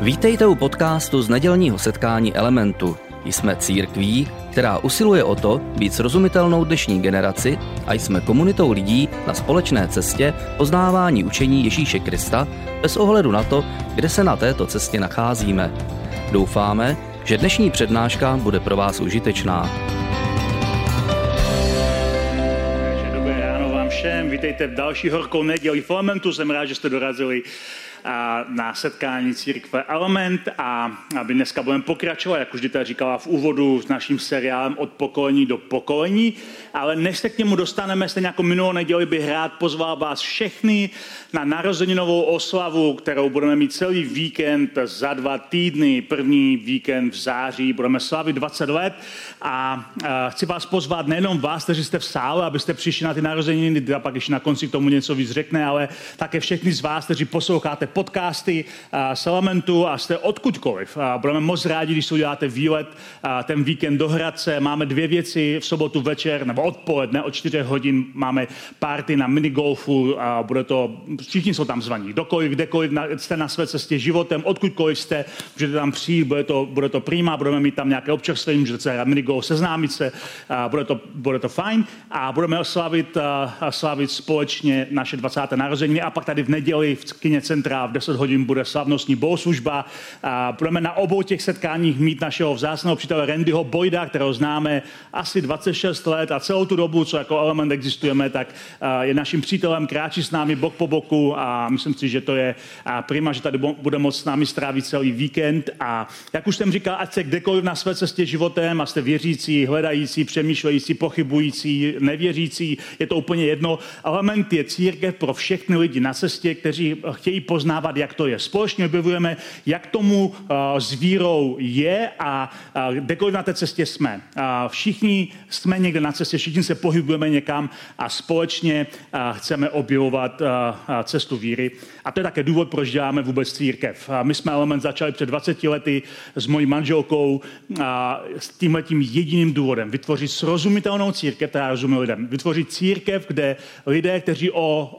Vítejte u podcastu z nedělního setkání Elementu. Jsme církví, která usiluje o to být srozumitelnou dnešní generaci a jsme komunitou lidí na společné cestě poznávání učení Ježíše Krista bez ohledu na to, kde se na této cestě nacházíme. Doufáme, že dnešní přednáška bude pro vás užitečná. Dobré ráno vám všem, vítejte v další horkou neděli v Elementu, jsem rád, že jste dorazili na setkání církve Element a aby dneska budeme pokračovat, jak už Dita říkala v úvodu, s naším seriálem Od pokolení do pokolení, ale než se k němu dostaneme, stejně jako minulou neděli bych rád pozval vás všechny na narozeninovou oslavu, kterou budeme mít celý víkend za 2 týdny, první víkend v září, budeme slavit 20 let a chci vás pozvat nejenom vás, kteří jste v sále, abyste přišli na ty narozeniny, Dita pak ještě na konci k tomu něco víc řekne, ale také všechny z vás, kteří posloucháte podcasty z Elementu a jste odkudkoliv. Budeme moc rádi, když si uděláte výlet ten víkend do Hradce. Máme 2 věci v sobotu večer nebo odpoledne od 4 hodin. Máme party na minigolfu a bude to, všichni jsou tam zvaní. Kdekoliv jste na své cestě životem, odkudkoliv jste, můžete tam přijít, bude to prima, budeme mít tam nějaké občerstvení, můžete se hrát minigolf, seznámit se, bude to fajn a budeme slavit společně naše 20. narozeniny a pak tady v neděli v kině Centra v 10 hodin bude slavnostní bohoslužba. Budeme na obou těch setkáních mít našeho vzácného přítele Randyho Boyda, kterého známe asi 26 let a celou tu dobu, co jako Element existujeme, tak je naším přítelem, kráčí s námi bok po boku a myslím si, že to je prima, že tady bude moct s námi strávit celý víkend a jak už jsem říkal, ať se kdekoliv na své cestě životem a jste věřící, hledající, přemýšlející, pochybující, nevěřící, je to úplně jedno. Element je církev pro všechny lidi na cestě, kteří chtějí poznávat, jak to je. Společně objevujeme, jak tomu s vírou je a kdekoliv na té cestě jsme. Všichni jsme někde na cestě, všichni se pohybujeme někam a společně chceme objevovat cestu víry. A to je také důvod, proč děláme vůbec církev. My jsme Element začali před 20 lety s mojí manželkou s tímhletím jediným důvodem. Vytvořit srozumitelnou církev, která rozumí lidem. Vytvořit církev, kde lidé, kteří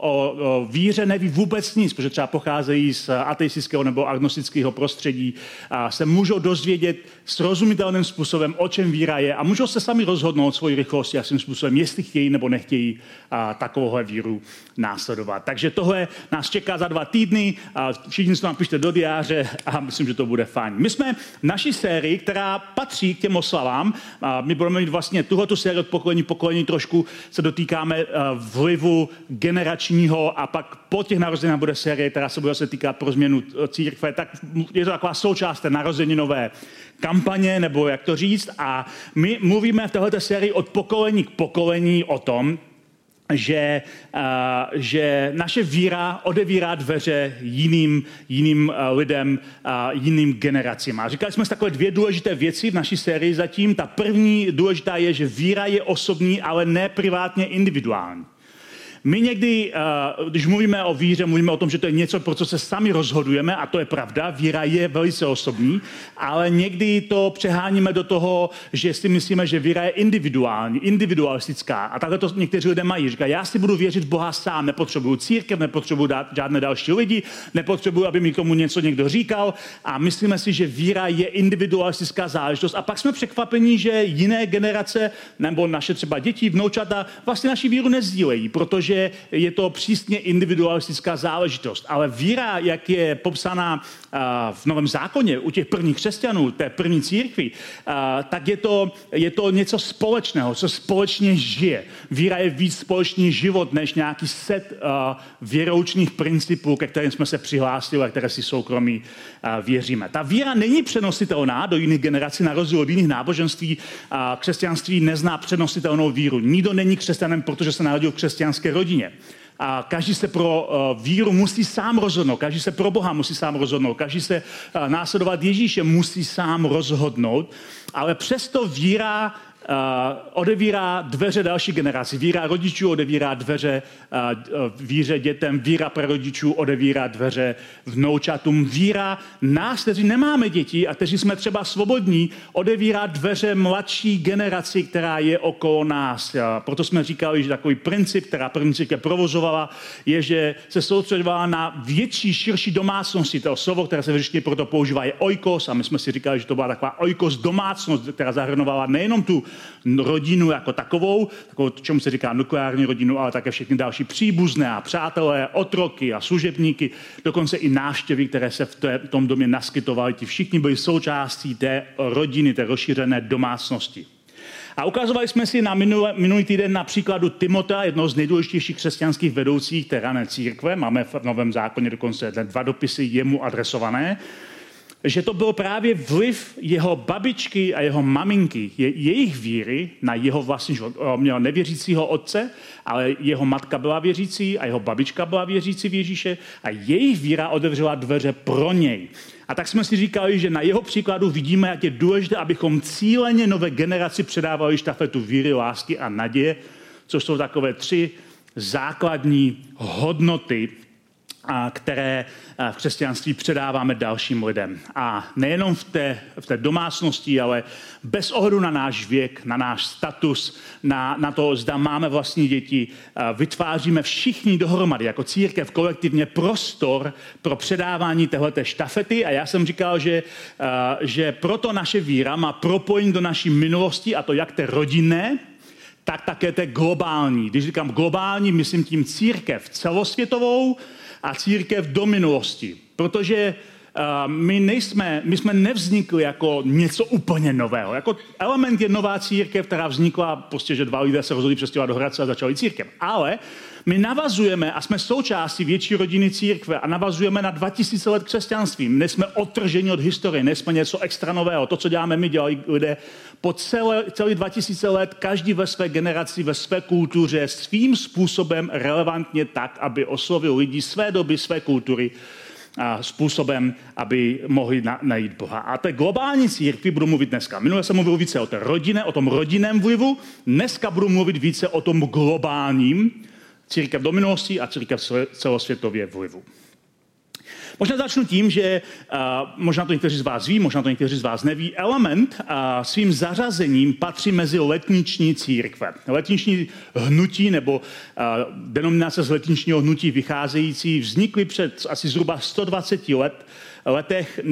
o víře neví vůbec nic, protože třeba pocházejí z ateistického nebo agnostického prostředí, se můžou dozvědět srozumitelným způsobem, o čem víra je a můžou se sami rozhodnout svojí rychlostí a svým způsobem, jestli chtějí nebo nechtějí takovouhle víru následovat. Takže tohle nás čeká za 2 týdny. Všichni se nám pište do diáře a myslím, že to bude fajn. My jsme v naší sérii, která patří k těm oslavám. My budeme mít vlastně tuhletu sérii od pokolení trošku se dotýkáme vlivu generačního a pak po těch narozeninách bude série, která se bude se týkat pro změnu církve, tak je to taková součást té narozeninové kampaně, nebo jak to říct. A my mluvíme v této sérii od pokolení k pokolení o tom, že naše víra odevírá dveře jiným lidem, jiným generacím. A říkali jsme si takové 2 důležité věci v naší sérii zatím. Ta první důležitá je, že víra je osobní, ale ne privátně individuální. My někdy, když mluvíme o víře, mluvíme o tom, že to je něco, pro co se sami rozhodujeme, a to je pravda, víra je velice osobní, ale někdy to přeháníme do toho, že si myslíme, že víra je individualistická. A takhle to někteří lidé mají. Říkají, já si budu věřit v Boha sám, nepotřebuju církev, nepotřebuju žádné další lidi, nepotřebuju, aby mi k tomu něco někdo říkal a myslíme si, že víra je individualistická záležitost. A pak jsme překvapeni, že jiné generace, nebo naše třeba děti, vnoučata, vlastně naši víru nezdílejí, protože je to přísně individualistická záležitost. Ale víra, jak je popsaná v Novém zákoně u těch prvních křesťanů, té první církvi, tak je to něco společného, co společně žije. Víra je víc společný život, než nějaký set věroučních principů, ke kterým jsme se přihlásili a které si soukromí věříme. Ta víra není přenositelná do jiných generací, na rozdíl od jiných náboženství. Křesťanství nezná přenositelnou víru. Nikdo není křesťanem, protože se narodil v křesťanské rodině. A každý se pro víru musí sám rozhodnout, každý se pro Boha musí sám rozhodnout, každý se následovat Ježíše musí sám rozhodnout, ale přesto víra odevírá dveře další generaci. Víra rodičů odevírá dveře víře dětem, víra prarodičů odevírá dveře vnoučatům. Víra nás, kteří nemáme děti a kteří jsme třeba svobodní, odevírá dveře mladší generaci, která je okolo nás. Proto jsme říkali, že takový princip, která první církev provozovala, je, že se soustředovala na větší, širší domácnosti. To slovo, které se v řečtině proto používá, je oikos, a my jsme si říkali, že to byla taková oikos domácnost, která zahrnovala nejenom tu rodinu jako takovou, čemu se říká nukleární rodinu, ale také všechny další příbuzné a přátelé, otroky a služebníky, dokonce i návštěvy, které se v tom domě naskytovaly. Ti všichni byli součástí té rodiny, té rozšířené domácnosti. A ukazovali jsme si na minulý týden na příkladu Timota, jednoho z nejdůležitějších křesťanských vedoucích té rané církve. Máme v Novém zákoně dokonce 2 dopisy jemu adresované, že to byl právě vliv jeho babičky a jeho maminky, jejich víry na jeho vlastní život. Měl nevěřícího otce, ale jeho matka byla věřící a jeho babička byla věřící v Ježíše a jejich víra otevřela dveře pro něj. A tak jsme si říkali, že na jeho příkladu vidíme, jak je důležité, abychom cíleně nové generaci předávali štafetu víry, lásky a naděje, což jsou takové 3 základní hodnoty, které v křesťanství předáváme dalším lidem. A nejenom v té domácnosti, ale bez ohledu na náš věk, na náš status, na to, zda máme vlastní děti, vytváříme všichni dohromady jako církev kolektivně prostor pro předávání téhleté štafety. A já jsem říkal, že proto naše víra má propojení do naší minulosti, a to jak té rodinné, tak také té globální. Když říkám globální, myslím tím církev celosvětovou a církev do minulosti. Protože my jsme nevznikli jako něco úplně nového. Jako Element je nová církev, která vznikla, prostě, že 2 lidé se rozhodli přestěhovat do Hradce a začali církev. Ale my navazujeme a jsme součástí větší rodiny církve a navazujeme na 2000 let křesťanství. My jsme odtrženi od historie, nejsme něco extra nového. To, co děláme my, dělají lidé po celý 2000 let, každý ve své generaci, ve své kultuře, svým způsobem relevantně tak, aby oslovil lidi své doby, své kultury, způsobem, aby mohli najít Boha. A té globální církvi budu mluvit dneska. Minule jsem mluvil více o té rodině, o tom rodinném vlivu. Dneska budu mluvit více o tom globálním, církev do minulosti a církev celosvětově vlivu. Možná začnu tím, že možná to někteří z vás ví, možná to někteří z vás neví. Element svým zařazením patří mezi letniční církve. Letniční hnutí nebo denominace z letničního hnutí vycházející vznikly před asi zhruba 120 letech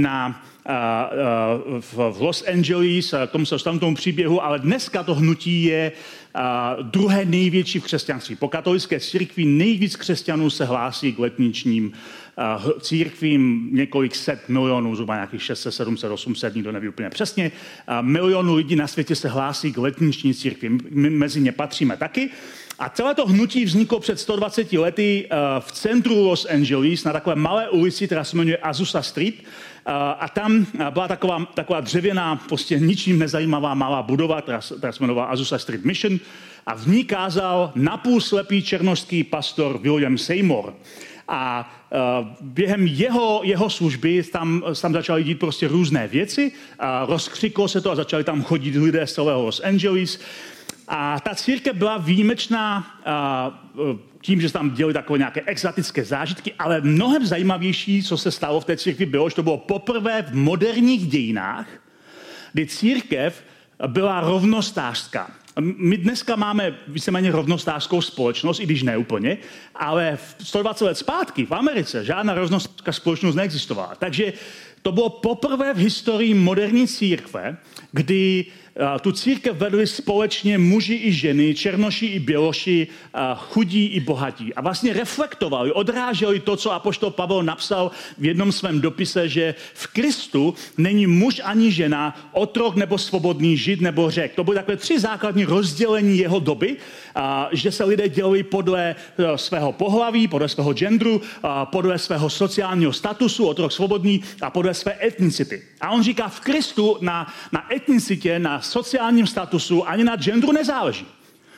v Los Angeles, k tomu se dostanu tomu příběhu, ale dneska to hnutí je druhé největší v křesťanství. Po katolické církvi nejvíc křesťanů se hlásí k letničním církvím, několik set milionů, zhruba nějakých 600, 700, 800, nikdo neví úplně přesně. Milionů lidí na světě se hlásí k letniční církvi. My mezi ně patříme taky. A celé to hnutí vzniklo před 120 lety v centru Los Angeles na takové malé ulici, která se jmenuje Azusa Street. A tam byla taková dřevěná, prostě ničím nezajímavá malá budova, která se jmenovala Azusa Street Mission. A v ní kázal napůl slepý černošský pastor William Seymour. A během jeho služby tam začaly dít prostě různé věci. Rozkřiklo se to a začali tam chodit lidé z celého Los Angeles. A ta církev byla výjimečná tím, že se tam děly takové nějaké exotické zážitky, ale mnohem zajímavější, co se stalo v té církvi, bylo, že to bylo poprvé v moderních dějinách, kdy církev byla rovnostářská. My dneska máme víceméně rovnostářskou společnost, i když ne úplně, ale 120 let zpátky v Americe žádná rovnostářská společnost neexistovala. Takže to bylo poprvé v historii moderní církve, kdy tu církev vedli společně muži i ženy, černoši i běloši, chudí i bohatí. A vlastně reflektovali, odráželi to, co apoštol Pavel napsal v jednom svém dopise, že v Kristu není muž ani žena, otrok nebo svobodný, žid nebo Řek. To byly takové 3 základní rozdělení jeho doby, že se lidé dělili podle svého pohlaví, podle svého genderu, podle svého sociálního statusu, otrok svobodný, a podle své etnicity. A on říká, v Kristu na etnicitě, na sociálním statusu ani na genderu nezáleží.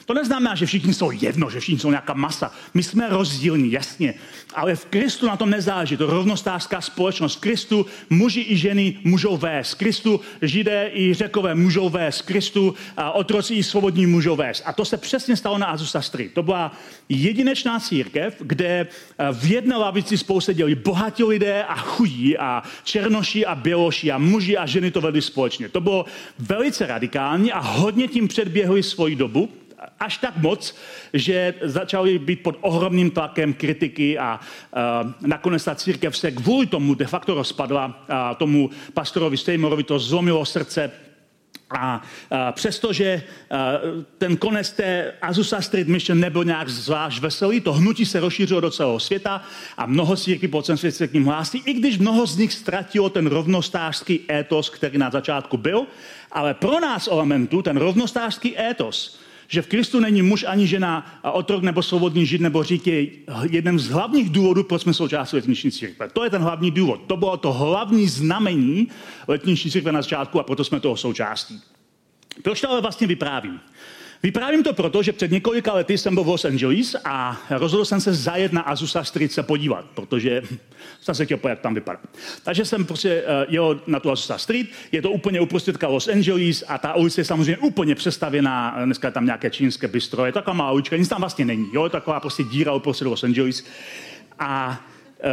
To neznamená, že všichni jsou jedno, že všichni jsou nějaká masa. My jsme rozdílní, jasně. Ale v Kristu na tom nezáleží. To rovnostářská společnost. V Kristu muži i ženy můžou vést. V Kristu Židé i Řekové můžou vést. V Kristu otroci i svobodní můžou vést. A to se přesně stalo na Azusa Street. To byla jedinečná církev, kde v jedné lavici spolu seděli bohatí lidé a chudí a černoši a běloši a muži a ženy to vedli společně. To bylo velice radikální a hodně tím předběhli svoji dobu. Až tak moc, že začali být pod ohromným tlakem kritiky a nakonec ta církev se kvůli tomu de facto rozpadla. Tomu pastorovi Seymourvi to zlomilo srdce. A přestože ten konec té Azusa Street Mission nebyl nějak zvlášť veselý, to hnutí se rozšířilo do celého světa a mnoho církví po celém světě se k ním hlásí, i když mnoho z nich ztratilo ten rovnostářský étos, který na začátku byl. Ale pro nás Elementu ten rovnostářský étos, že v Kristu není muž ani žena, otrok nebo svobodný žid nebo Řik, je jeden z hlavních důvodů, proč jsme součástí letniční církve. To je ten hlavní důvod. To bylo to hlavní znamení letniční církve na začátku a proto jsme toho součástí. Proč to ale vlastně vyprávím? Vyprávím to proto, že před několika lety jsem byl v Los Angeles a rozhodl jsem se zajet na Azusa Street se podívat, protože jsem se chtěl podívat, jak tam vypadá. Takže jsem prostě jel na tu Azusa Street, je to úplně uprostředka Los Angeles a ta ulice je samozřejmě úplně přestavěná, dneska je tam nějaké čínské bistro, je taková malá ulička, nic tam vlastně není, jo, je taková prostě díra uprostřed Los Angeles. A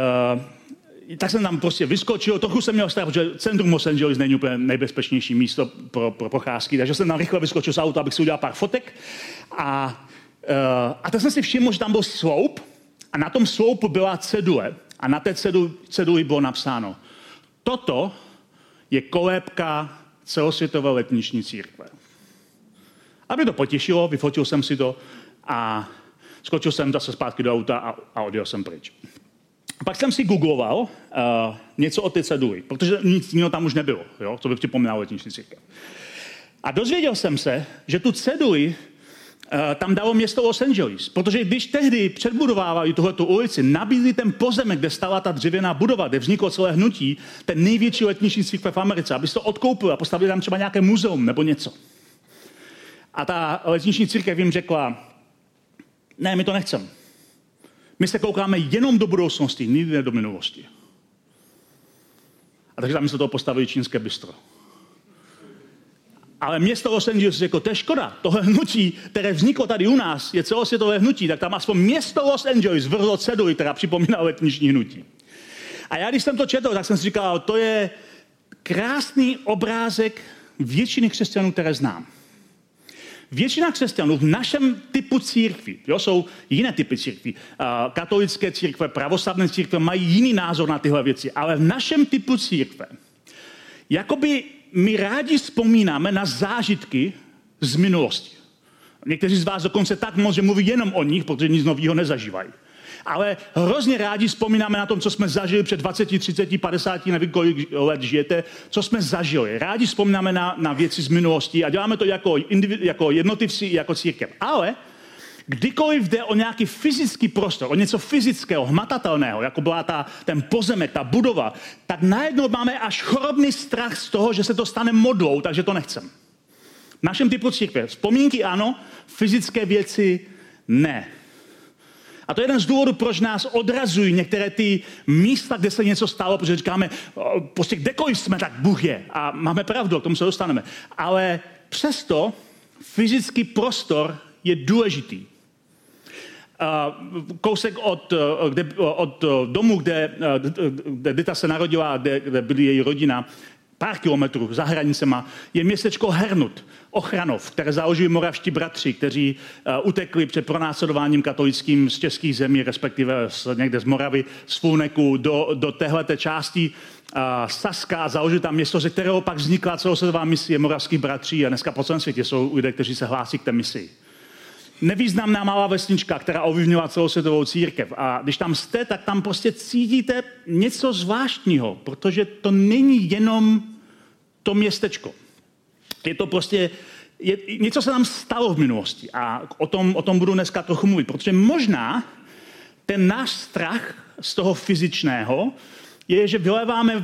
tak jsem tam prostě vyskočil, trochu jsem měl strach, protože centrum Los Angeles není úplně nejbezpečnější místo pro procházky, takže jsem tam rychle vyskočil z auta, abych si udělal pár fotek. A tak jsem si všiml, že tam byl sloup a na tom sloupu byla cedule a na té ceduli bylo napsáno: toto je kolébka celosvětové letniční církve. Aby to potěšilo, vyfotil jsem si to a skočil jsem zase zpátky do auta a odjel jsem pryč. Pak jsem si googloval něco o té ceduli, protože nic jiného tam už nebylo, jo, co by připomínalo letniční církev. A dozvěděl jsem se, že tu ceduli tam dalo město Los Angeles, protože když tehdy předbudovávali tuhletu ulici, nabídli ten pozemek, kde stala ta dřevěná budova, kde vzniklo celé hnutí, ten největší letniční církve v Americe, aby se to odkoupil a postavili tam třeba nějaké muzeum nebo něco. A ta letniční církev jim řekla: ne, my to nechceme. My se koukáme jenom do budoucnosti, nikdy do minulosti. A takže tam místo toho postavili čínské bistro. Ale město Los Angeles řeklo: to je škoda, tohle hnutí, které vzniklo tady u nás, je celosvětové hnutí, tak tam aspoň město Los Angeles vrhlo ceduli, která připomíná letniční hnutí. A já, když jsem to četl, tak jsem si říkal, to je krásný obrázek většiny křesťanů, které znám. Většina křesťanů v našem typu církví, jo, jsou jiné typy církví, katolické církve, pravoslavné církve mají jiný názor na tyhle věci, ale v našem typu církve, jakoby my rádi vzpomínáme na zážitky z minulosti. Někteří z vás dokonce tak moc, že mluví jenom o nich, protože nic nového nezažívají. Ale hrozně rádi vzpomínáme na tom, co jsme zažili před 20, 30, 50, nevím, kolik let žijete, co jsme zažili. Rádi vzpomínáme na věci z minulosti a děláme to jako jednotlivci, jako církev. Ale kdykoliv jde o nějaký fyzický prostor, o něco fyzického, hmatatelného, jako byla ten pozemek, ta budova, tak najednou máme až chorobný strach z toho, že se to stane modlou, takže to nechcem. V našem typu církve vzpomínky ano, fyzické věci ne. A to je jeden z důvodů, proč nás odrazují některé ty místa, kde se něco stalo, protože říkáme, prostě kdekoliv jsme, tak Bůh je. A máme pravdu, k tomu se dostaneme. Ale přesto fyzický prostor je důležitý. Kousek od domu, kde Dita se narodila, kde byly její rodina, pár kilometrů za hranicema, je městečko Hernut, Ochranov, které založili moravští bratři, kteří utekli před pronásledováním katolickým z českých zemí, respektive někde z Moravy, z Fulneku, do téhleté části Saska a založili tam město, ze kterého pak vznikla celosvětová misie moravských bratří a dneska po celém světě jsou lidé, kteří se hlásí k té misi. Nevýznamná malá vesnička, která ovlivnila celosvětovou církev. A když tam jste, tak tam prostě cítíte něco zvláštního, protože to není jenom to městečko. Je to prostě, něco se tam stalo v minulosti a o tom budu dneska trochu mluvit, protože možná ten náš strach z toho fyzičného je, že vyléváme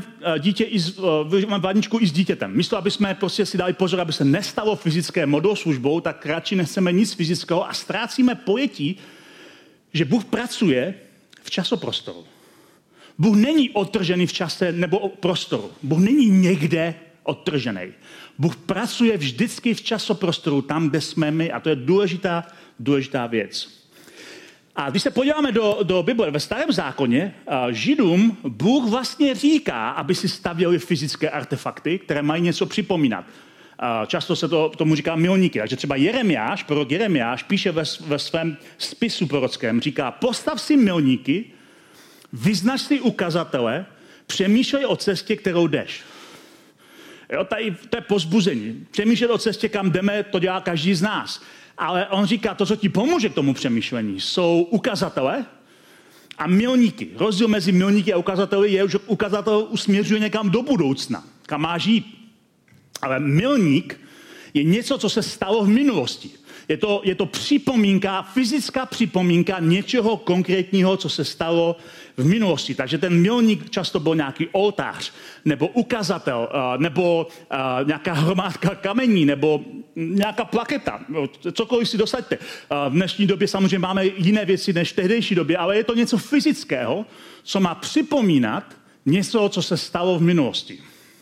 vaničku i s dítětem. Místo, aby jsme prostě si dali pozor, aby se nestalo fyzické modloslužbou, tak radši nechceme nic fyzického a ztrácíme pojetí, že Bůh pracuje v časoprostoru. Bůh není odtržený v čase nebo prostoru. Bůh není někde odtržený. Bůh pracuje vždycky v časoprostoru, tam, kde jsme my, a to je důležitá věc. A když se podíváme do Bible, ve Starém zákoně, Židům Bůh vlastně říká, aby si stavěli fyzické artefakty, které mají něco připomínat. Často se tomu říká milníky. Takže třeba prorok Jeremiáš píše ve svém spisu prorockém, říká, postav si milníky, vyznač si ukazatele, přemýšlej o cestě, kterou jdeš. Jo, tady to je povzbuzení. Přemýšlet o cestě, kam jdeme, to dělá každý z nás. Ale on říká, to, co ti pomůže k tomu přemýšlení, jsou ukazatele a milníky. Rozdíl mezi milníky a ukazateli je, že ukazatel usměřuje někam do budoucna, kam má žít. Ale milník je něco, co se stalo v minulosti. Je to připomínka, fyzická připomínka něčeho konkrétního, co se stalo v minulosti. Takže ten milník často byl nějaký oltář, nebo ukazatel, nebo nějaká hromádka kamení, nebo nějaká plaketa. Cokoliv si dosaďte. V dnešní době samozřejmě máme jiné věci než v tehdejší době, ale je to něco fyzického, co má připomínat něco, co se stalo v minulosti.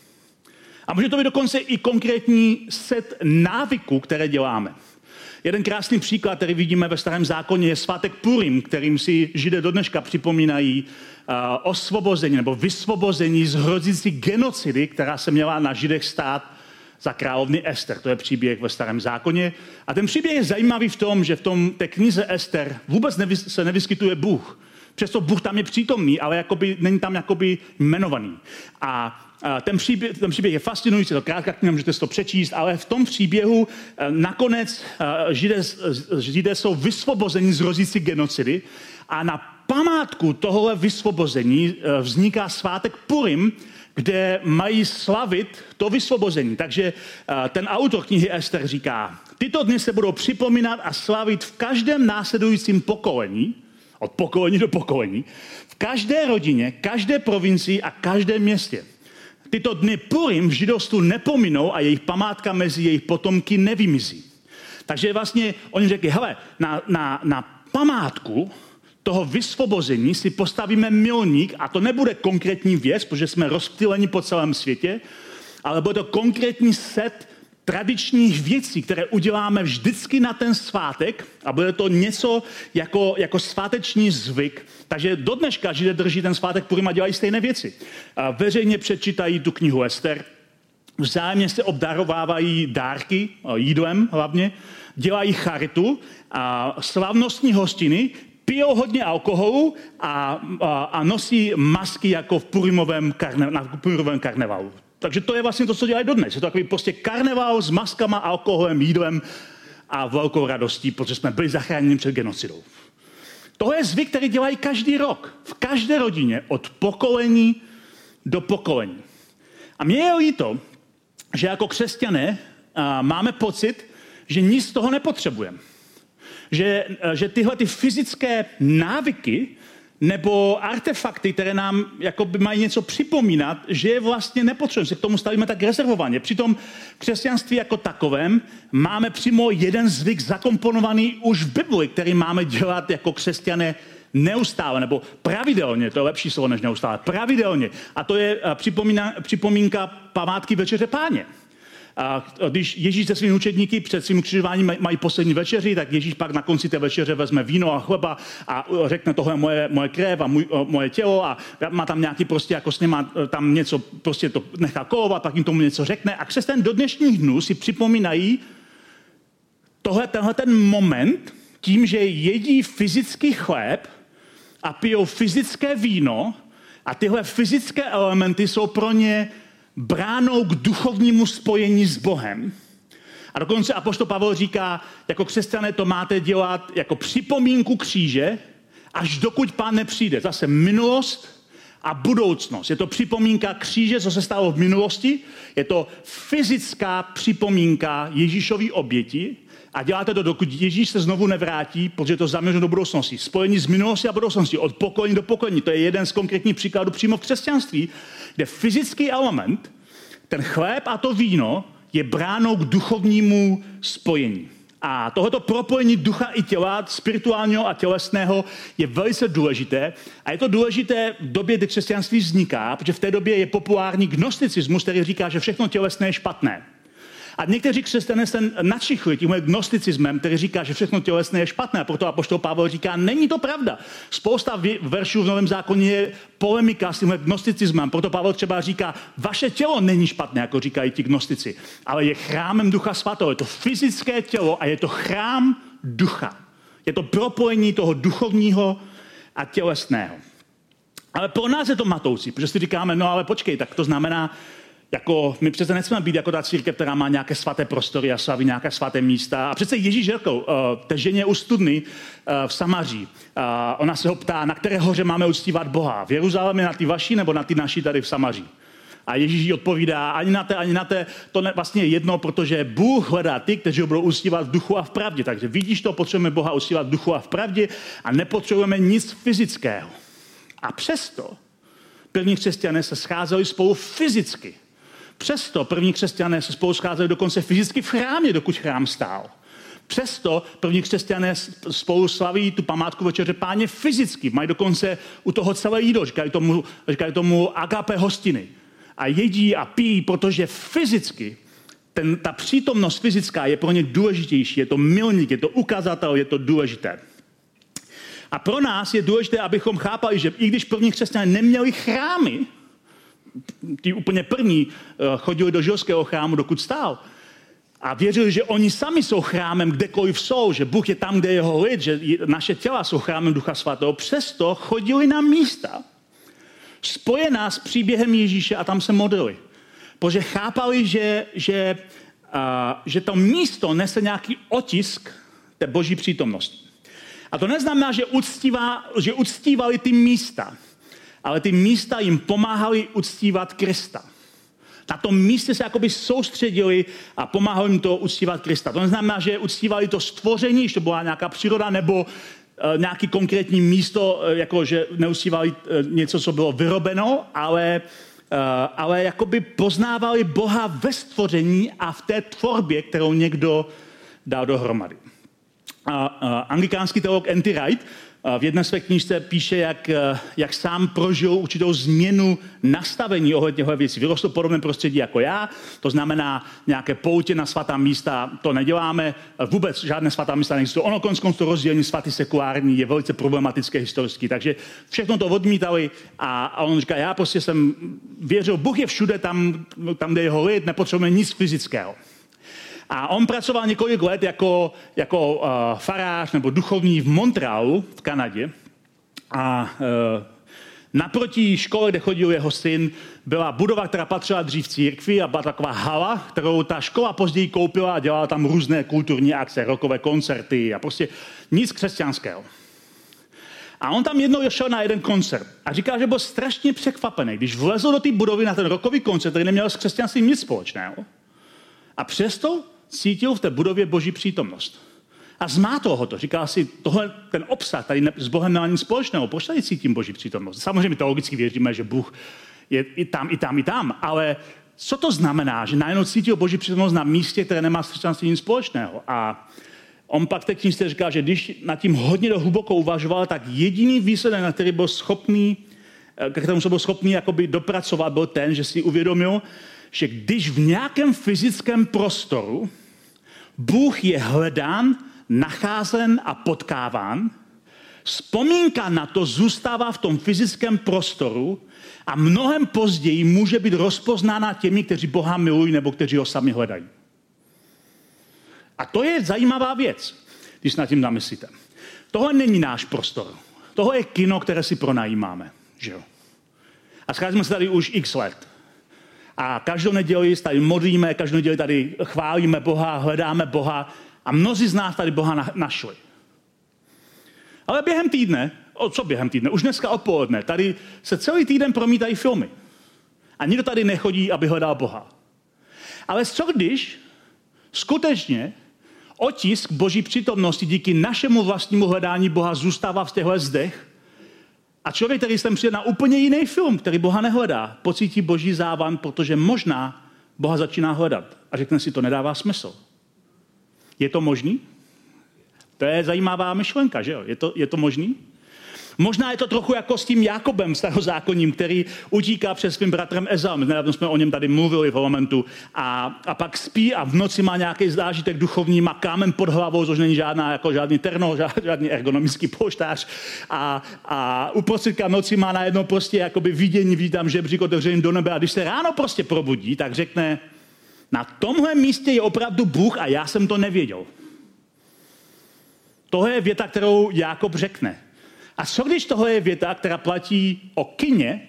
A může to být dokonce i konkrétní set návyků, které děláme. Jeden krásný příklad, který vidíme ve Starém zákoně, je svátek Purim, kterým si Židé do dneška připomínají osvobození nebo vysvobození z hrozící genocidy, která se měla na Židech stát za královny Ester. To je příběh ve Starém zákoně. A ten příběh je zajímavý v tom, že v té knize Ester vůbec se nevyskytuje Bůh. Přesto Bůh tam je přítomný, ale není tam jmenovaný. A ten příběh je fascinující, to krátká kniha, můžete si to přečíst, ale v tom příběhu nakonec Židé jsou vysvobozeni z hrozící genocidy a na památku tohohle vysvobození vzniká svátek Purim, kde mají slavit to vysvobození. Takže ten autor knihy Ester říká, tyto dny se budou připomínat a slavit v každém následujícím pokolení, od pokolení do pokolení, v každé rodině, každé provincii a každém městě. Tyto dny Purim v židovstvu nepominou a jejich památka mezi jejich potomky nevymizí. Takže vlastně oni řekli, hele, na památku toho vysvobození si postavíme milník a to nebude konkrétní věc, protože jsme rozptýleni po celém světě, ale bude to konkrétní set tradičních věcí, které uděláme vždycky na ten svátek a bude to něco jako sváteční zvyk. Takže do dneška Židé drží ten svátek Purim a dělají stejné věci. Veřejně přečítají tu knihu Ester, vzájemně se obdarovávají dárky, jídlem hlavně, dělají charitu, slavnostní hostiny, pijou hodně alkoholu a nosí masky jako na Purimovém karnevalu. Takže to je vlastně to, co dělají dodnes. Je to takový prostě karneval s maskama, alkoholem, jídlem a velkou radostí, protože jsme byli zachráněni před genocidou. Tohle je zvyk, který dělají každý rok. V každé rodině od pokolení do pokolení. A mně je líto, že jako křesťané máme pocit, že nic z toho nepotřebujeme. Že tyhle ty fyzické návyky nebo artefakty, které nám jakoby mají něco připomínat, že je vlastně nepotřebujeme. Se k tomu stavíme tak rezervovaně. Přitom v křesťanství jako takovém máme přímo jeden zvyk zakomponovaný už v Bibli, který máme dělat jako křesťané neustále, nebo pravidelně, to je lepší slovo než neustále, pravidelně. A to je připomínka památky Večeře Páně. A když Ježíš se svými učedníky před svým křižováním mají poslední večeři, tak Ježíš pak na konci té večeře vezme víno a chleba a řekne, tohle moje krev a moje tělo a má tam nějaký prostě jako s nima tam něco, prostě to nechá kolovat, pak jim tomu něco řekne a křesťané do dnešních dnů si připomínají tenhle ten moment tím, že jedí fyzický chléb a pijou fyzické víno a tyhle fyzické elementy jsou pro ně bránou k duchovnímu spojení s Bohem. A dokonce apoštol Pavel říká, jako křesťané to máte dělat jako připomínku kříže, až dokud Pán nepřijde. Zase minulost a budoucnost. Je to připomínka kříže, co se stalo v minulosti. Je to fyzická připomínka Ježíšovy oběti A děláte to, dokud Ježíš se znovu nevrátí, protože to zaměřeno do budoucnosti. Spojení z minulosti a budoucnosti, od pokolení do pokolení. To je jeden z konkrétních příkladů přímo v křesťanství, kde fyzický element, ten chléb a to víno, je bránou k duchovnímu spojení. A tohoto propojení ducha i těla, spirituálního a tělesného, je velice důležité. A je to důležité v době, kdy křesťanství vzniká, protože v té době je populární gnosticismus, který říká, že všechno tělesné je špatné. A někteří křesťané se načichli tímhle gnosticismem, který říká, že všechno tělesné je špatné. A proto apoštol Pavel říká, není to pravda. Spousta veršů v Novém zákoně je polemika s tímhle gnosticismem. Proto Pavel třeba říká, vaše tělo není špatné, jako říkají ti gnostici, ale je chrámem Ducha Svatého. Je to fyzické tělo a je to chrám ducha. Je to propojení toho duchovního a tělesného. Ale pro nás je to matoucí, protože si říkáme, no ale počkej, tak to znamená, jako my přece nechceme být jako ta církev, která má nějaké svaté prostory a slaví nějaké svaté místa. A přece Ježíš řekl té ženě u studny v Samaří. Ona se ho ptá, na které hoře máme uctívat Boha. V Jeruzalémě, na ty vaší nebo na ty naší tady v Samaří? A Ježíš jí odpovídá, ani na té, to vlastně je jedno, protože Bůh hledá ty, kteří ho budou uctívat v duchu a v pravdě. Takže vidíš to, potřebujeme Boha uctívat v duchu a v pravdě a nepotřebujeme nic fyzického. A přesto první křesťané se scházeli spolu fyzicky. Přesto první křesťané se spolu scházeli dokonce fyzicky v chrámě, dokud chrám stál. Přesto první křesťané spolu slaví tu památku večeře Páně fyzicky. Mají dokonce u toho celé jídlo, říkají tomu agape hostiny. A jedí a pijí, protože fyzicky, ta přítomnost fyzická je pro ně důležitější. Je to milník, je to ukazatel, je to důležité. A pro nás je důležité, abychom chápali, že i když první křesťané neměli chrámy, ti úplně první chodili do židovského chrámu, dokud stál. A věřili, že oni sami jsou chrámem kdekoliv jsou, že Bůh je tam, kde je jeho lid, že naše těla jsou chrámem Ducha Svatého. Přesto chodili na místa spojená s příběhem Ježíše a tam se modlili. Protože chápali, že to místo nese nějaký otisk té boží přítomnosti. A to neznamená, že uctívali ty místa, ale ty místa jim pomáhali uctívat Krista. Na tom místě se jakoby soustředili a pomáhali jim to uctívat Krista. To neznamená, že uctívali to stvoření, že to byla nějaká příroda, nebo nějaký konkrétní místo, jako že neuctívali něco, co bylo vyrobeno, ale jakoby poznávali Boha ve stvoření a v té tvorbě, kterou někdo dal dohromady. Anglikánský teolog N.T. Wright v jedné své knížce píše, jak sám prožil určitou změnu nastavení ohledně těchto věcí. Vyrostl v podobném prostředí jako já, to znamená nějaké poutě na svatá místa, to neděláme, vůbec žádné svatá místa neexistují. Ono konec to rozdělení svatý sekulární je velice problematické historicky, takže všechno to odmítali a on říká, já prostě jsem věřil, Bůh je všude tam kde je jeho lid, nepotřebujeme nic fyzického. A on pracoval několik let jako farář nebo duchovní v Montrealu v Kanadě. A naproti škole, kde chodil jeho syn, byla budova, která patřila dřív církvi a byla taková hala, kterou ta škola později koupila a dělala tam různé kulturní akce, rockové koncerty a prostě nic křesťanského. A on tam jednou šel na jeden koncert a říkal, že byl strašně překvapený, když vlezl do té budovy na ten rockový koncert, který neměl s křesťanstvím nic společného. A přesto cítil v té budově boží přítomnost. A zmátlo ho to. Říkal si, ten obsah tady s Bohem nemá nic společného. Proč tady cítím boží přítomnost? Samozřejmě teologicky věříme, že Bůh je i tam. Ale co to znamená, že najednou cítil boží přítomnost na místě, které nemá s křesťanstvím nic společného? A on pak v té knížce říká, že když nad tím hodně hluboko uvažoval, tak jediný výsledek, na který byl schopný, k kterému se byl schopný jakoby dopracovat, byl ten, že si uvědomil, že když v nějakém fyzickém prostoru Bůh je hledán, nacházen a potkáván, vzpomínka na to zůstává v tom fyzickém prostoru a mnohem později může být rozpoznána těmi, kteří Boha milují nebo kteří ho sami hledají. A to je zajímavá věc, když nad tím zamyslíte. Tohle není náš prostor. Tohle je kino, které si pronajímáme. Že jo? A scházíme se tady už x let. A každou neděli tady modlíme, každou neděli tady chválíme Boha, hledáme Boha a mnozí z nás tady Boha našli. Ale během týdne, už dneska odpoledne, tady se celý týden promítají filmy. A nikdo tady nechodí, aby hledal Boha. Ale co když skutečně otisk boží přítomnosti díky našemu vlastnímu hledání Boha zůstává v těchto zdech. A člověk, který sem přijde na úplně jiný film, který Boha nehledá, pocítí boží závan, protože možná Boha začíná hledat. A řekne si, to nedává smysl. Je to možný? To je zajímavá myšlenka, že jo? Je to možný? Možná je to trochu jako s tím Jakobem starozákonním, který utíká před svým bratrem Ezau. Nedávno jsme o něm tady mluvili v Elementu. A pak spí a v noci má nějaký zážitek duchovní, má kámen pod hlavou, což není žádný terno, žádný ergonomický polštář. A uprostřed noci má najednou prostě jakoby vidění, vidí tam žebřík otevřený do nebe. A když se ráno prostě probudí, tak řekne, na tomhle místě je opravdu Bůh a já jsem to nevěděl. Tohle je věta, kterou Jákob řekne. A co když tohle je věta, která platí o kině,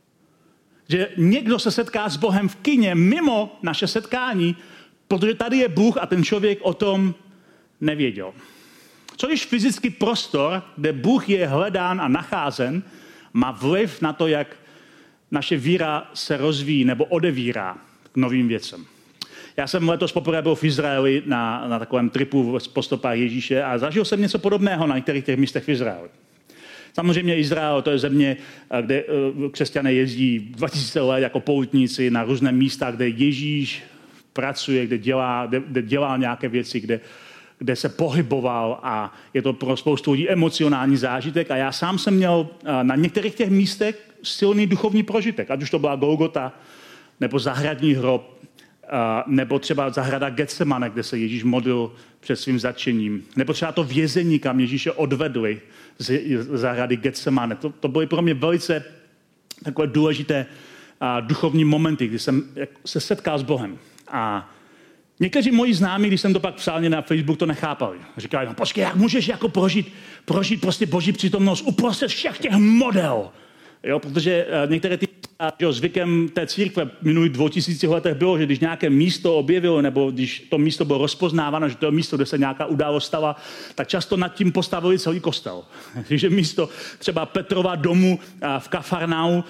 že někdo se setká s Bohem v kině mimo naše setkání, protože tady je Bůh a ten člověk o tom nevěděl. Co když fyzický prostor, kde Bůh je hledán a nacházen, má vliv na to, jak naše víra se rozvíjí nebo odevírá k novým věcem. Já jsem letos poprvé byl v Izraeli na takovém tripu po stopách Ježíše a zažil jsem něco podobného na některých těch místech v Izraeli. Samozřejmě Izrael, to je země, kde křesťané jezdí 2000 let jako poutníci na různé místa, kde Ježíš pracuje, kde dělá nějaké věci, kde se pohyboval a je to pro spoustu lidí emocionální zážitek. A já sám jsem měl na některých těch místech silný duchovní prožitek, ať už to byla Golgota, nebo zahradní hrob, nebo třeba zahrada Getsemane, kde se Ježíš modlil před svým zatčením, nebo třeba to vězení, kam Ježíše odvedli z zahrady Getsemane. To byly pro mě velice takové důležité duchovní momenty, kdy jsem se setkal s Bohem. A někteří moji známí, když jsem to pak psal na Facebook, to nechápali. Říkali, no počkej, jak můžeš jako prožít prostě boží přítomnost uprostřed všech těch model. Jo, protože některé ty zvykem té církve v minulých 2000 letech bylo, že když nějaké místo objevilo, nebo když to místo bylo rozpoznáváno, že to je místo, kde se nějaká událost stala, tak často nad tím postavili celý kostel. Takže místo třeba Petrova domu v Kafarnau,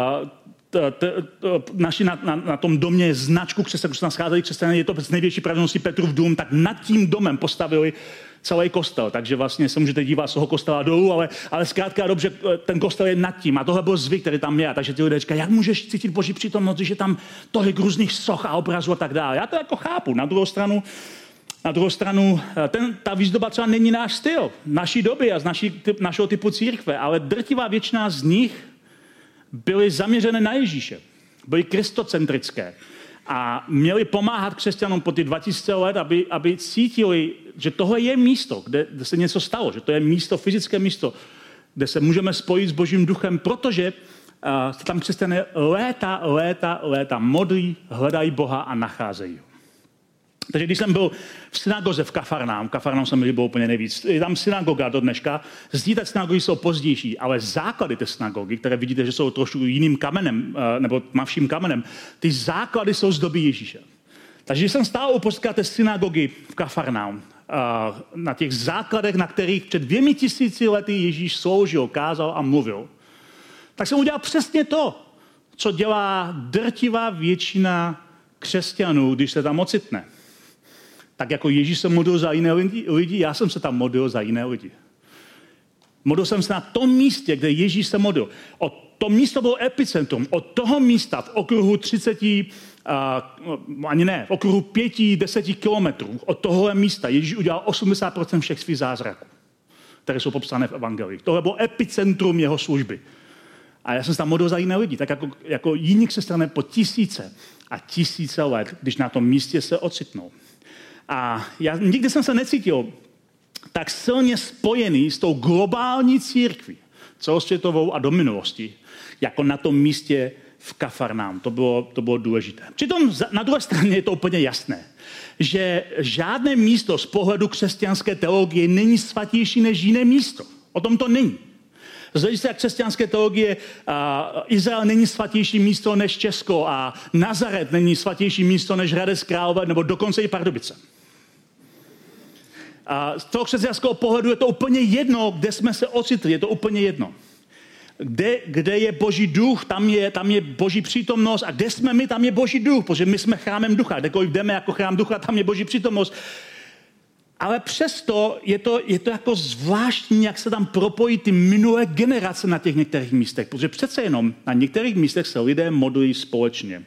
naši na tom domě je značku křesťanů, se nascházeli křesťané, je to z největší pravděpodobností Petrův dům, tak nad tím domem postavili celý kostel. Takže vlastně se můžete dívat z toho kostela dolů, ale zkrátka dobře, ten kostel je nad tím. A tohle byl zvyk, který tam je. Takže ty lidé říkají, jak můžeš cítit boží přítomnost, když je tam tolik různých soch a obrazů a tak dále. Já to jako chápu. Na druhou stranu ta výzdoba třeba není náš styl, naší doby a z našeho typu církve, ale drtivá většina z nich byly zaměřené na Ježíše. Byly kristocentrické. A měli pomáhat křesťanům po ty 2000 let, aby cítili, že tohle je místo, kde se něco stalo, že to je místo, fyzické místo, kde se můžeme spojit s Božím duchem, protože se tam křesťané léta modlí, hledají Boha a nacházejí ho. Takže když jsem byl v synagoze v Kafarnaum se mi líbilo úplně nejvíc. Je tam synagoga do dneška. Zdí té synagogy jsou pozdější, ale základy té synagogy, které vidíte, že jsou trošku jiným kamenem, nebo tmavším kamenem, ty základy jsou z doby Ježíše. Takže když jsem stál uprostřed té synagogy v Kafarnaum, na těch základech, na kterých před 2000 lety Ježíš sloužil, kázal a mluvil, tak jsem udělal přesně to, co dělá drtivá většina křesťanů, když se tam ocitne. Tak jako Ježíš se modlil za jiné lidi, já jsem se tam modlil za jiné lidi. Modlil jsem se na tom místě, kde Ježíš se modlil. To místo bylo epicentrum. Od toho místa v okruhu v okruhu 5-10 kilometrů od tohohle místa Ježíš udělal 80% všech svých zázraků, které jsou popsané v evangelích. Tohle bylo epicentrum jeho služby. A já jsem se tam modlil za jiné lidi, tak jako jiní křesťané po tisíce a tisíce let, když na tom místě se ocitnou. A já nikdy jsem se necítil tak silně spojený s tou globální církví, celosvětovou a do minulosti, jako na tom místě v Kafarnaum. To bylo důležité. Přitom na druhé straně je to úplně jasné, že žádné místo z pohledu křesťanské teologie není svatější než jiné místo. O tom to není. Z hlediska křesťanské teologie Izrael není svatější místo než Česko a Nazaret není svatější místo než Hradec Králové nebo dokonce i Pardubice. A z toho křesťanského pohledu je to úplně jedno, kde jsme se ocitli, je to úplně jedno. Kde je Boží duch, tam je Boží přítomnost a kde jsme my, tam je Boží duch, protože my jsme chrámem ducha. Kdekoliv jdeme jako chrám ducha, tam je Boží přítomnost. Ale přesto je to jako zvláštní, jak se tam propojí ty minulé generace na těch některých místech, protože přece jenom na některých místech se lidé modlí společně.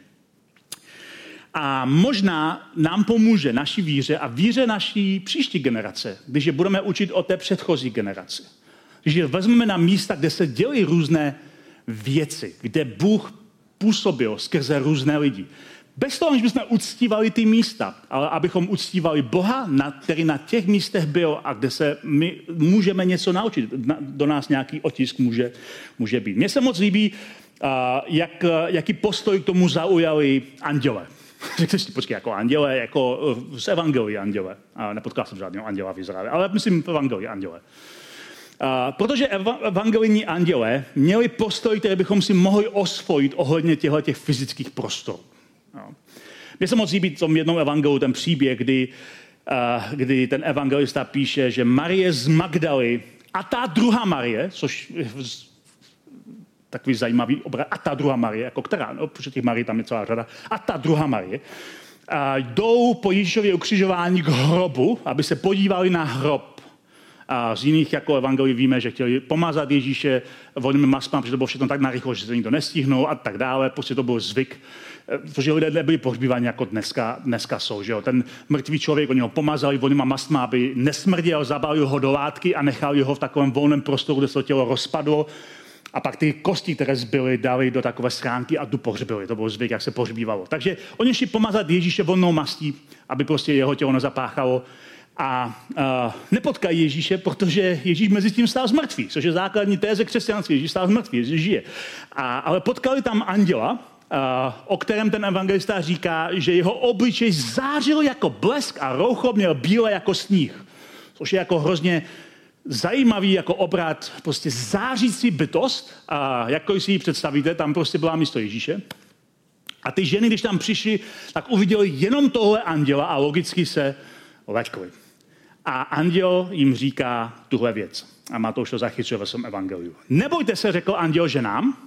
A možná nám pomůže naší víře a víře naší příští generace, když je budeme učit o té předchozí generaci. Když je vezmeme na místa, kde se dělí různé věci, kde Bůh působil skrze různé lidi. Bez toho, že bychom uctívali ty místa, ale abychom uctívali Boha, který na těch místech byl a kde se my můžeme něco naučit. Do nás nějaký otisk může být. Mně se moc líbí, jaký postoj k tomu zaujali anděle. Řekl si, počkej, jako anděle, jako z evangelii anděle. Nepotkal jsem žádného anděla v Izraeli, ale myslím v evangelii anděle. Protože evangelijní anděle měli postoj, který bychom si mohli osvojit ohledně těch fyzických prostor. Mně se moc líbí v tom jednom evangeliu ten příběh, kdy ten evangelista píše, že Marie z Magdaly a ta druhá Marie, což je takový zajímavý obraz, a ta druhá Marie, jako která, no, protože těch Marie tam je celá řada, a ta druhá Marie, jdou po Ježíšově ukřižování k hrobu, aby se podívali na hrob. A z jiných jako evangelií víme, že chtěli pomazat Ježíše vodnými masmami, protože to bylo všechno tak narychlo, že se nikdo nestihnul a tak dále. Prostě to byl zvyk, protože lidé nebyli pohřbíváni jako dneska jsou. Že jo? Ten mrtvý člověk, oni ho pomazali vodnými masmami, aby nesmrděl, zabalil ho do látky a nechali ho v takovém volném prostoru, kde se to tělo rozpadlo. A pak ty kosti, které zbyly, dali do takové schránky a tu pohřbili. To byl zvyk, jak se pohřbívalo. Takže oni šli pomazat Ježíše vonnou mastí, aby prostě jeho tělo nezapáchalo. A nepotkají Ježíše, protože Ježíš mezi tím stál z mrtvých, což je základní téze křesťanství. Ježíš stál z mrtvých, Ježíš žije. Ale potkali tam anděla, o kterém ten evangelista říká, že jeho obličej zářil jako blesk a roucho měl bílé jako sníh. Což je jako hrozně zajímavý jako obrat, prostě zářící bytost, a jako si ji představíte, tam prostě byla místo Ježíše. A ty ženy, když tam přišly, tak uviděli jenom tohle anděla a logicky se lekli. A anděl jim říká tuhle věc. A Matouš to zachycuje ve svém evangeliu. Nebojte se, řekl anděl ženám,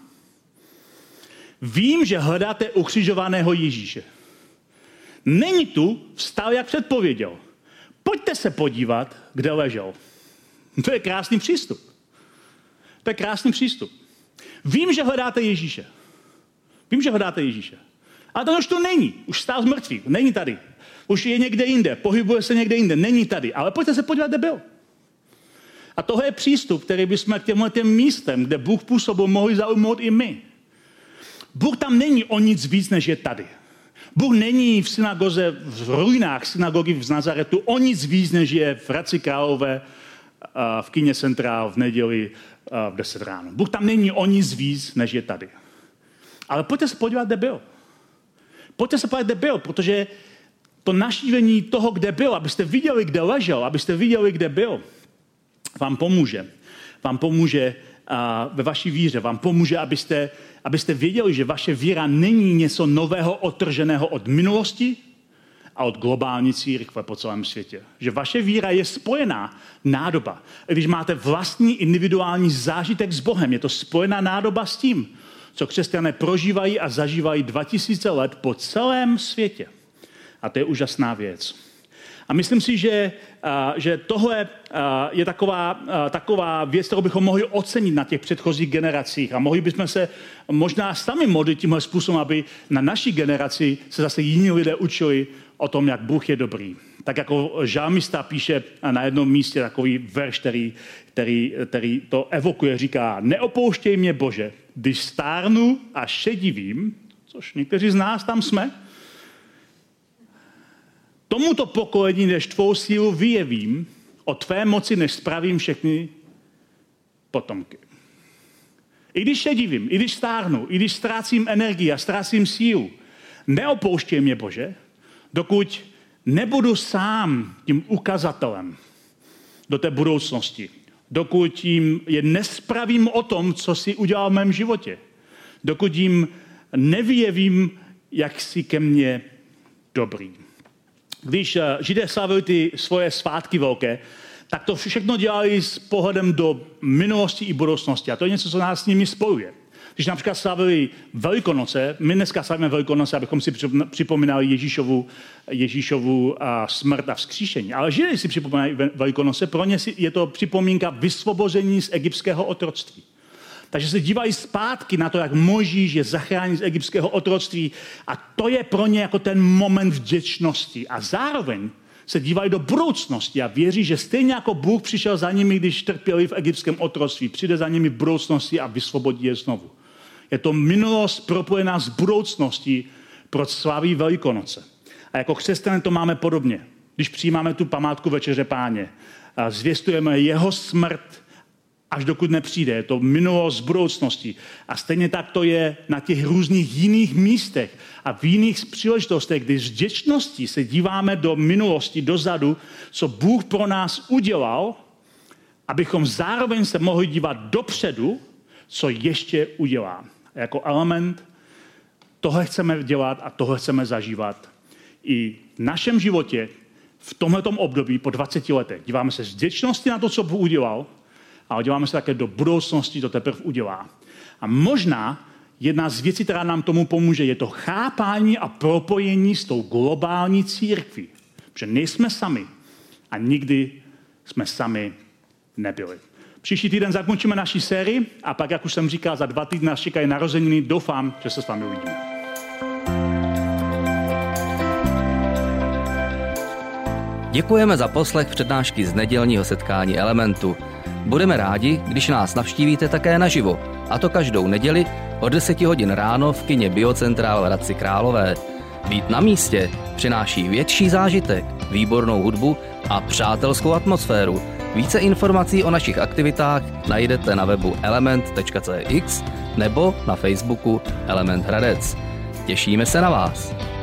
vím, že hledáte ukřižovaného Ježíše. Není tu, vstal, jak předpověděl. Pojďte se podívat, kde ležel. To je krásný přístup. To je krásný přístup. Vím, že hledáte Ježíše. Vím, že hledáte Ježíše. Ale ten už to není. Už stál z mrtvých. Není tady. Už je někde jinde. Pohybuje se někde jinde. Není tady. Ale pojďte se podívat, kde byl. A tohle je přístup, který bychom k těmhle místem, kde Bůh působil, mohli zaujmout i my. Bůh tam není o nic víc, než je tady. Bůh není v synagoze, v ruinách synagogy v Nazaretu o nic víc, než je v Hradci Králové, v kině Centrál v neděli v 10 ráno. Bůh tam není o nic víc, než je tady. Ale pojďte se podívat, kde byl. Pojďte se podívat, kde byl, protože to navštívení toho, kde byl, abyste viděli, kde ležel, abyste viděli, kde byl, vám pomůže. Vám pomůže ve vaší víře. Vám pomůže, abyste věděli, že vaše víra není něco nového, odtrženého od minulosti a od globální církve po celém světě. Že vaše víra je spojená nádoba. Když máte vlastní individuální zážitek s Bohem, je to spojená nádoba s tím, co křesťané prožívají a zažívají 2000 let po celém světě. A to je úžasná věc. A myslím si, že tohle je taková věc, kterou bychom mohli ocenit na těch předchozích generacích. A mohli bychom se možná sami modlit tímhle způsobem, aby na naší generaci se zase jiní lidé učili o tom, jak Bůh je dobrý. Tak jako žalmista píše na jednom místě takový verš, který to evokuje, říká: neopouštěj mě, Bože, když stárnu a šedivím, což někteří z nás tam jsme, tomuto pokolení, než tvou sílu vyjevím, o tvé moci, než spravím všechny potomky. I když šedivím, i když stárnu, i když ztrácím energii a ztrácím sílu, neopouštěj mě, Bože, dokud nebudu sám tím ukazatelem do té budoucnosti, dokud jim je nespravím o tom, co jsi udělal v mém životě, dokud jim nevyjevím, jak jsi ke mně dobrý. Když Židé slavili ty svoje svátky velké, tak to všechno dělali s pohledem do minulosti i budoucnosti. A to je něco, co nás s nimi spojuje. Když například slavili Velikonoce, my dneska slavíme Velikonoce, abychom si připomínali Ježíšovu smrt a vzkříšení. Ale Židé si připomínají Velikonoce, pro ně je to připomínka vysvobození z egyptského otroctví. Takže se dívají zpátky na to, jak Mojžíš je zachránil z egyptského otroctví a to je pro ně jako ten moment vděčnosti. A zároveň se dívají do budoucnosti a věří, že stejně jako Bůh přišel za nimi, když trpěli v egyptském otroctví, přijde za nimi v budoucnosti a vysvobodí je znovu. Je to minulost propojená s budoucností, proč slaví Velikonoce. A jako křesťané to máme podobně. Když přijímáme tu památku Večeře Páně, zvěstujeme jeho smrt, až dokud nepřijde. Je to minulost z budoucnosti. A stejně tak to je na těch různých jiných místech a v jiných příležitostech, kdy s vděčností se díváme do minulosti, dozadu, co Bůh pro nás udělal, abychom zároveň se mohli dívat dopředu, co ještě udělá. A jako element tohle chceme dělat a tohle chceme zažívat i v našem životě v tomhletom období po 20 letech. Díváme se s vděčností na to, co Bůh udělal, ale díváme se také do budoucnosti, to teprve udělá. A možná jedna z věcí, která nám tomu pomůže, je to chápání a propojení s tou globální církví. Protože nejsme sami a nikdy jsme sami nebyli. Příští týden zakončíme naši sérii a pak, jak už jsem říkal, za 2 týdny nás čekají narozeniny. Doufám, že se s vámi uvidíme. Děkujeme za poslech přednášky z nedělního setkání Elementu. Budeme rádi, když nás navštívíte také naživo, a to každou neděli od 10 hodin ráno v kině Biocentrál v Hradci Králové. Být na místě přináší větší zážitek, výbornou hudbu a přátelskou atmosféru. Více informací o našich aktivitách najdete na webu element.cx nebo na Facebooku Element Hradec. Těšíme se na vás.